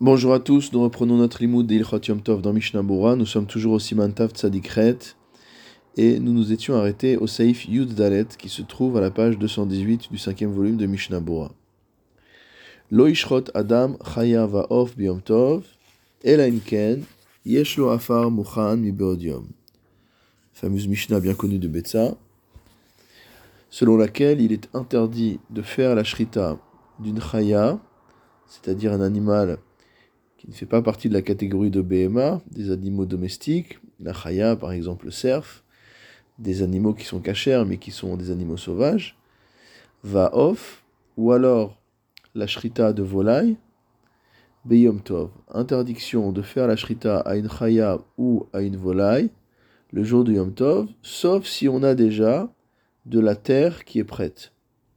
Bonjour à tous, nous reprenons notre limoud d'Ilchot Yom Tov dans Mishnah Bura. Nous sommes toujours au Siman Tav Tzadikret et nous nous étions arrêtés au Saïf Yud Dalet qui se trouve à la page 218 du 5e volume de Mishnah Bura. Lo Ishrot Adam Chaya Va'of Biyom Tov Ela Imken Yesh Lo Afar Muchan Mi Be'od Yom. Fameuse Mishnah bien connue de Betza, selon laquelle il est interdit de faire la shrita d'une chaya, c'est-à-dire un animal qui ne fait pas partie de la catégorie de BMA, des animaux domestiques, la chaya par exemple le cerf, des animaux qui sont cachers mais qui sont des animaux sauvages, va off, ou alors la shrita de volaille, beyom tov, interdiction de faire la shrita à une chaya ou à une volaille le jour du yom tov, sauf si on a déjà de la terre qui est prête.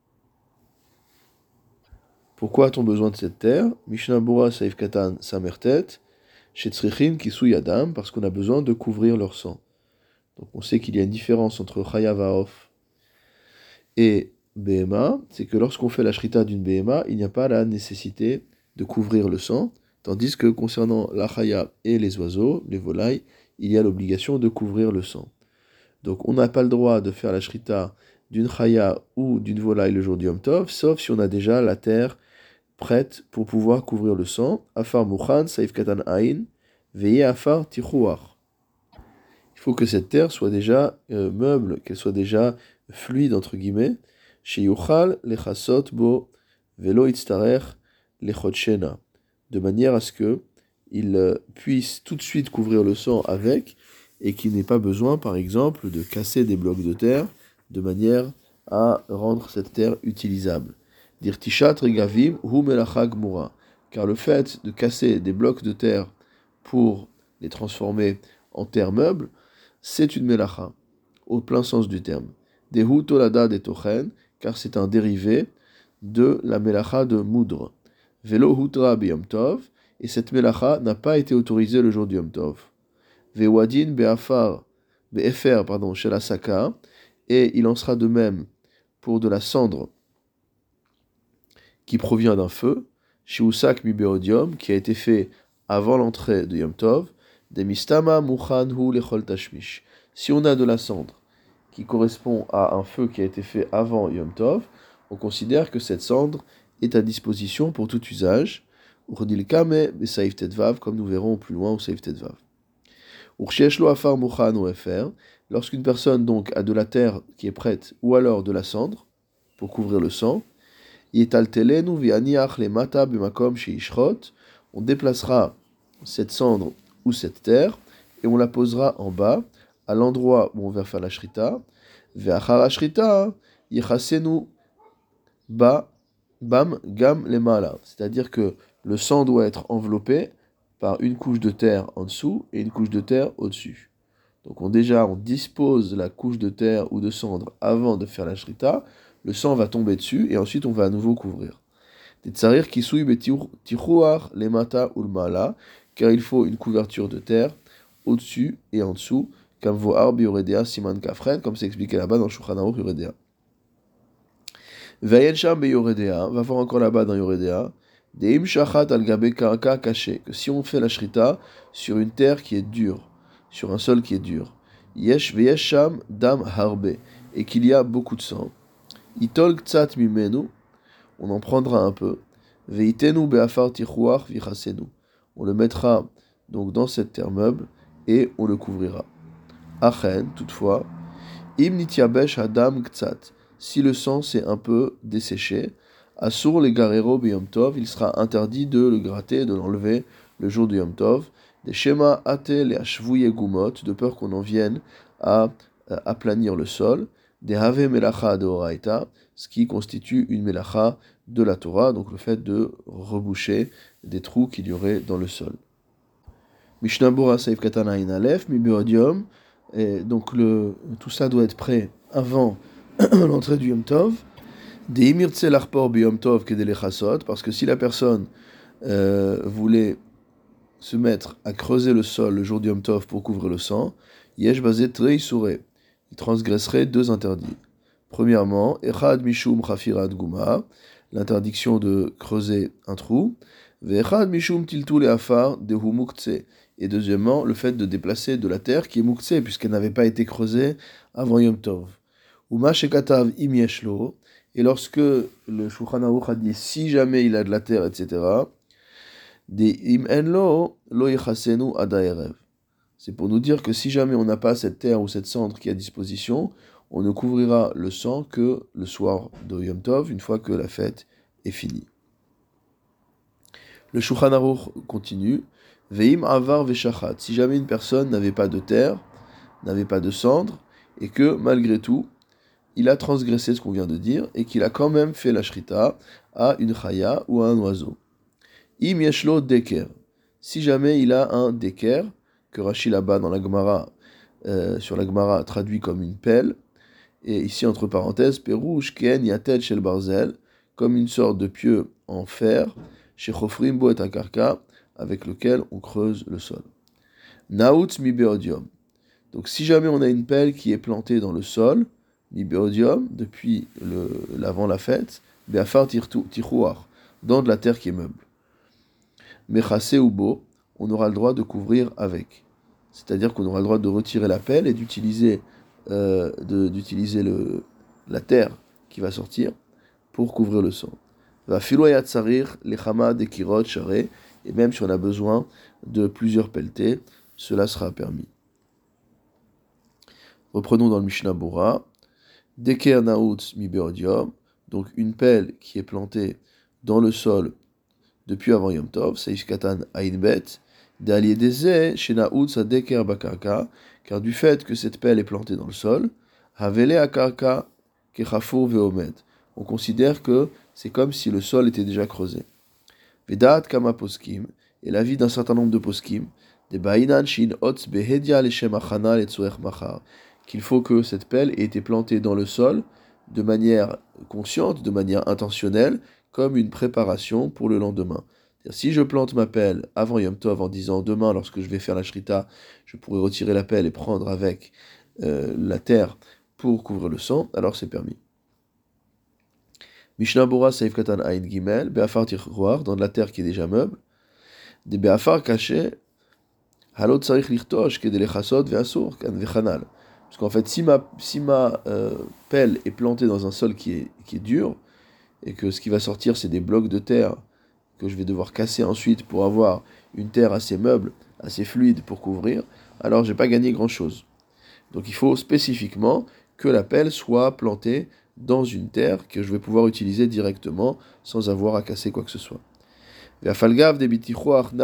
Pourquoi a-t-on besoin de cette terre? Mishnah Bura Saif Katan Samertet, Shetzrichin Kisui Adam, parce qu'on a besoin de couvrir leur sang. Donc on sait qu'il y a une différence entre Chaya Va'of et BMA, c'est que lorsqu'on fait la shrita d'une BMA, il n'y a pas la nécessité de couvrir le sang, tandis que concernant la Chaya et les oiseaux, les volailles, il y a l'obligation de couvrir le sang. Donc on n'a pas le droit de faire la shrita d'une Chaya ou d'une volaille le jour du Yom Tov, sauf si on a déjà la terre prête pour pouvoir couvrir le sang. Afar Mouchan, Saif Katan Ain, Veye Afar Tichouar. Il faut que cette terre soit déjà meuble, qu'elle soit déjà fluide, entre guillemets. Chez Yuchal, Lechasot Bo, Velo Itztarer, Lechotshena. De manière à ce que il puisse tout de suite couvrir le sang avec, et qu'il n'ait pas besoin, par exemple, de casser des blocs de terre, de manière à rendre cette terre utilisable. Dirtishat Regavim Hu Melacha Gmura. Car le fait de casser des blocs de terre pour les transformer en terre meuble, c'est une melacha, au plein sens du terme. Dehu Tolada de Tochen, car c'est un dérivé de la melacha de moudre. Velo Hutra Biyom Tov, et cette melacha n'a pas été autorisée le jour du Yom Tov. Vewadin Be'efer, chez la Saka, et il en sera de même pour de la cendre qui provient d'un feu, Shiusak mi beodium, qui a été fait avant l'entrée de Yom Tov, de mistama muchan hu lechol tashmish. Si on a de la cendre qui correspond à un feu qui a été fait avant Yom Tov, on considère que cette cendre est à disposition pour tout usage. Urdil kame besaif tetvav, comme nous verrons plus loin au saif tetvav. Ursheshlo afar muchan ou efer, lorsqu'une personne donc a de la terre qui est prête, ou alors de la cendre pour couvrir le sang, on déplacera cette cendre ou cette terre et on la posera en bas, à l'endroit où on va faire la shrita. C'est-à-dire que le sang doit être enveloppé par une couche de terre en dessous et une couche de terre au-dessus. Donc on dispose la couche de terre ou de cendre avant de faire la shrita. Le sang va tomber dessus et ensuite on va à nouveau couvrir. Tetzarir kisui betichuar lemata ulmala, car il faut une couverture de terre au-dessus et en dessous, comme voar bioredea siman kafren, comme c'est expliqué là-bas dans Shulchan Aruch Yoredea. Vayen sham beyoredea, va voir encore là-bas dans Yoredea, deim shachat al gabe karka caché, que si on fait la shrita sur une terre qui est dure, sur un sol qui est dur, yesh veyesham dam harbe, et qu'il y a beaucoup de sang. Itol ktsat mimenu, on en prendra un peu. Veitenu beafar tichuach vichasenu. On le mettra donc dans cette terre meuble et on le couvrira. Achen, toutefois, im nityabesh adam ktsat. Si le sang s'est un peu desséché, asur le garero beyom tov, il sera interdit de le gratter, de l'enlever le jour du yom tov. Des schémas ate les ashvuye gumot, de peur qu'on en vienne à aplanir le sol. Des have melacha de oraita, ce qui constitue une melacha de la Torah, donc le fait de reboucher des trous qu'il y aurait dans le sol. Mishnah Bura Saif Katana in Aleph, mi beodium, et donc tout ça doit être prêt avant l'entrée du Yom Tov. Des imirtse l'arpor bi Yom Tov que des lechasot, parce que si la personne voulait se mettre à creuser le sol le jour du Yom Tov pour couvrir le sang, yesh bazet trei souré, il transgresserait deux interdits. Premièrement, echad mishum chafirat guma, l'interdiction de creuser un trou. Ve'echad mishum tiltul afar dehu muktzeh. Et deuxièmement, le fait de déplacer de la terre qui est muktzeh, puisqu'elle n'avait pas été creusée avant Yom Tov. Uma shekatav im yeshlo. Et lorsque le Shulchan Aruch a dit si jamais il a de la terre, etc., des im enlo lo yichasenu ada erev. C'est pour nous dire que si jamais on n'a pas cette terre ou cette cendre qui est à disposition, on ne couvrira le sang que le soir de Yom Tov, une fois que la fête est finie. Le Shulchan Aruch continue. Veim avar veshachat. Si jamais une personne n'avait pas de terre, n'avait pas de cendre, et que malgré tout, il a transgressé ce qu'on vient de dire, et qu'il a quand même fait la shrita à une chaya ou à un oiseau. Im yeshlo deker. Si jamais il a un deker, que Rashi là-bas dans la Gemara, sur la Gemara traduit comme une pelle, et ici entre parenthèses, perouche ken yated shel barzel, comme une sorte de pieu en fer, chez Chofrim bo et akarka, avec lequel on creuse le sol. Naoutz mi beodium. Donc si jamais on a une pelle qui est plantée dans le sol, mi beodium, depuis l'avant la fête, beafar tichouar, dans de la terre qui est meuble. Mechase ou bo, on aura le droit de couvrir avec. C'est-à-dire qu'on aura le droit de retirer la pelle et d'utiliser la terre qui va sortir pour couvrir le sang. Va filoyat sarir lechama de kirot charé, et même si on a besoin de plusieurs pelletés, cela sera permis. Reprenons dans le Mishnah Bora. Deker naoutz mi beodium, donc une pelle qui est plantée dans le sol depuis avant Yom Tov, Seif Katan Aïnbet, d'allier des chez naoutz a deker bakarka, car du fait que cette pelle est plantée dans le sol, havele akarka kechafour veomed, on considère que c'est comme si le sol était déjà creusé. Vedat kama poskim, et l'avis d'un certain nombre de poskim, des ba'inan shin otz behedia leshem achana letzuech machar, qu'il faut que cette pelle ait été plantée dans le sol de manière consciente, de manière intentionnelle, comme une préparation pour le lendemain. C'est-à-dire, si je plante ma pelle avant Yom Tov en disant demain, lorsque je vais faire la shrita, je pourrai retirer la pelle et prendre avec la terre pour couvrir le sang, alors c'est permis. Mishnah Bora Seif Katan Aïn Gimel, Be'afar Tichroar, dans de la terre qui est déjà meuble, des Be'afar cachés, Halot Sarich Lichtosh, Kedelechasot Ve'asur, Kan Vechanal. Parce qu'en fait, si ma pelle est plantée dans un sol qui est dur, et que ce qui va sortir c'est des blocs de terre que je vais devoir casser ensuite pour avoir une terre assez meuble, assez fluide pour couvrir, alors j'ai pas gagné grand-chose. Donc il faut spécifiquement que la pelle soit plantée dans une terre que je vais pouvoir utiliser directement sans avoir à casser quoi que ce soit. On a dit qu'il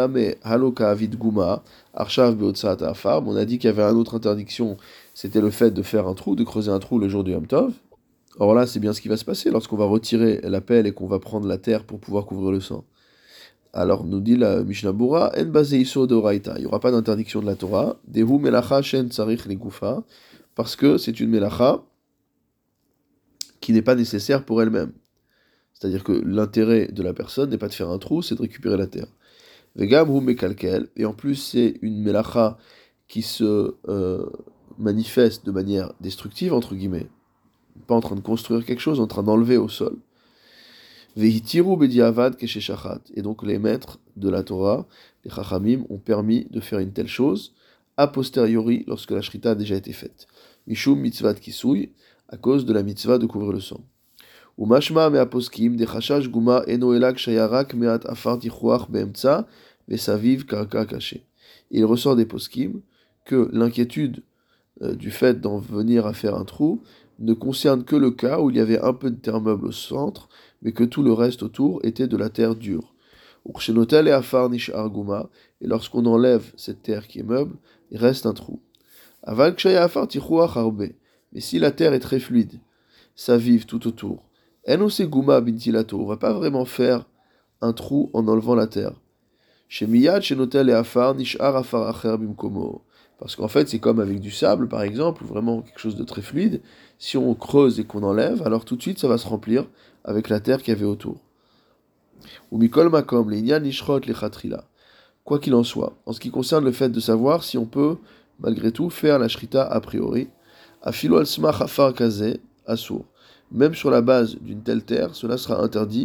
y avait une autre interdiction, c'était le fait de faire un trou, de creuser un trou le jour du Yom Tov. Or là, c'est bien ce qui va se passer lorsqu'on va retirer la pelle et qu'on va prendre la terre pour pouvoir couvrir le sang. Alors, nous dit la Mishnah Bora, en baseiso d'oraita. Il n'y aura pas d'interdiction de la Torah. Dehu melacha shen tsarich legufa, parce que c'est une melacha qui n'est pas nécessaire pour elle-même. C'est-à-dire que l'intérêt de la personne n'est pas de faire un trou, c'est de récupérer la terre. Vegam hu mekalkel, et en plus c'est une melacha qui se manifeste de manière destructive, entre guillemets. Pas en train de construire quelque chose, en train d'enlever au sol. Vehitiru bediavad kesheshachat. Et donc les maîtres de la Torah, les chachamim, ont permis de faire une telle chose a posteriori lorsque la shrita a déjà été faite. Mishum mitzvat kisui, à cause de la mitzvah de couvrir le sang. Umashma me'aposkim dechashash guma eno elak shayarak me'at afar tichuach be'emtsa ve'saviv karka kaché. Il ressort des poskim que l'inquiétude du fait d'en venir à faire un trou ne concerne que le cas où il y avait un peu de terre meuble au centre, mais que tout le reste autour était de la terre dure. Urshenotel et afar nishar guma, et lorsqu'on enlève cette terre qui est meuble, il reste un trou. Aval kshaya afar tichuach harbe, mais si la terre est très fluide, ça vive tout autour. Enose guma bintilato, on va pas vraiment faire un trou en enlevant la terre. Chez Miyad, chez Notel et Afar, Nishar Afar Acher Bimkomo. Parce qu'en fait, c'est comme avec du sable, par exemple, ou vraiment quelque chose de très fluide. Si on creuse et qu'on enlève, alors tout de suite, ça va se remplir avec la terre qu'il y avait autour. Ou Mikol Makom, les Inyan Nishrot, les Khatrila. Quoi qu'il en soit, en ce qui concerne le fait de savoir si on peut, malgré tout, faire la shrita a priori, Afilo al-Smach Afar Kaze, Asur. Même sur la base d'une telle terre, cela sera interdit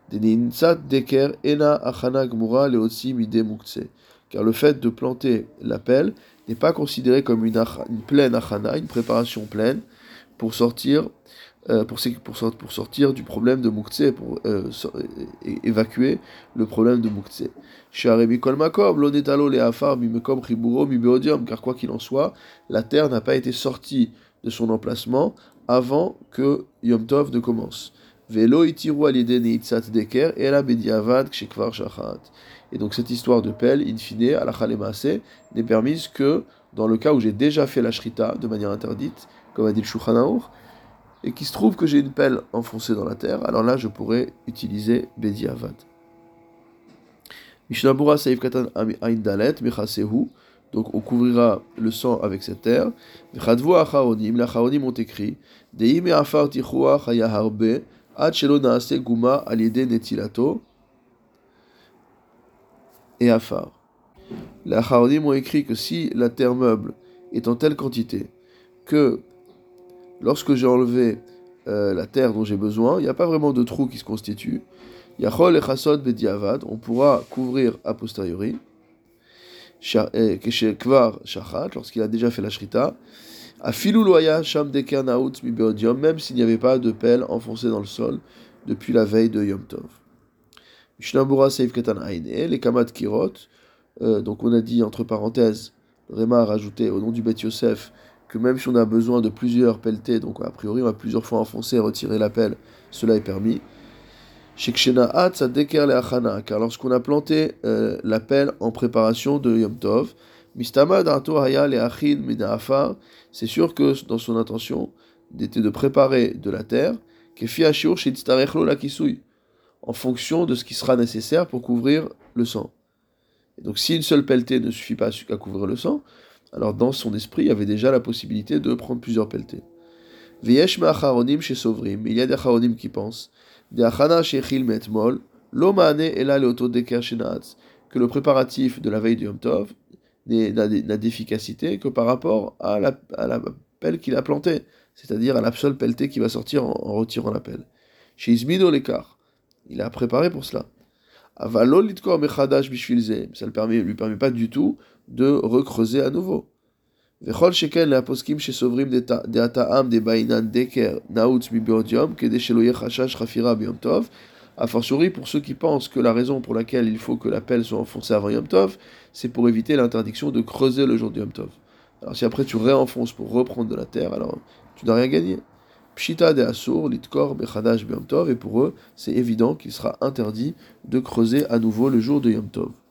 Denintzat deker ena achana gmura leotsi mide mukse. Car le fait de planter la pelle n'est pas considéré comme une pleine achana, une préparation pleine, pour sortir, pour sortir du problème de mukse, pour évacuer le problème de mukse. Sharemi kol makom, l'onetalo le afar mi mekom chiburo mi beodium, car quoi qu'il en soit, la terre n'a pas été sortie de son emplacement avant que Yom Tov ne commence. Velo itiru alide neitzat deker et la bediavad kshekvar shachat. Et donc cette histoire de pelle, in fine, à la Khalemaase, n'est permise que dans le cas où j'ai déjà fait la shrita de manière interdite, comme a dit le Shulchan Aruch, et qu'il se trouve que j'ai une pelle enfoncée dans la terre, alors là je pourrais utiliser bediavad. Mishnah Bura Saif Katan Ain Dalet, Mechasehu, donc on couvrira le sang avec cette terre. Vechadvu Acharonim, les Acharonim ont écrit, Deime Afar Tichua Chaya Harbe, Ad Shelo Naase Guma Aliede Netilato, et Afar. Les Acharonim ont écrit que si la terre meuble est en telle quantité que lorsque j'ai enlevé la terre dont j'ai besoin, il n'y a pas vraiment de trou qui se constitue. Yachol echasod bediavad, on pourra couvrir a posteriori. Kvar shachat, lorsqu'il a déjà fait la shrita. Afilu loya sham deker naout mi beodium, même s'il n'y avait pas de pelle enfoncée dans le sol depuis la veille de Yom Tov. Mishnah seif ketan aine, les kamat kirot. Donc on a dit entre parenthèses, Réma a rajouté au nom du Bet Yosef que même si on a besoin de plusieurs pelletés, donc a priori on va plusieurs fois enfoncer et retirer la pelle, cela est permis. Car lorsqu'on a planté la pelle en préparation de Yom Tov, c'est sûr que dans son intention était de préparer de la terre, en fonction de ce qui sera nécessaire pour couvrir le sang. Et donc si une seule pelletée ne suffit pas à couvrir le sang, alors dans son esprit il y avait déjà la possibilité de prendre plusieurs pelletées. V'yesh me'acharonim chez Sovrim, il y a des acharonim qui pensent que le préparatif de la veille de Yom Tov n'a d'efficacité que par rapport à la pelle qu'il a plantée, c'est-à-dire à la seule pelletée qui va sortir en retirant la pelle. Chez Izmido l'écart, il a préparé pour cela. Avalo litkor mechadash bishvilze, ça lui permet pas du tout de recreuser à nouveau. Vechol sheken la poskim chez Sovrim de Ataam de Bainan Deker Naoutz Bibiodium Kede Sheloye Chashash Rafira Biyom Tov. A fortiori pour ceux qui pensent que la raison pour laquelle il faut que la pelle soit enfoncée avant Yom Tov, c'est pour éviter l'interdiction de creuser le jour de Yom Tov. Alors si après tu réenfonces pour reprendre de la terre, alors tu n'as rien gagné. Pshita de Asur, Litkor Bechadash Biyom Tov, et pour eux c'est évident qu'il sera interdit de creuser à nouveau le jour de Yom Tov.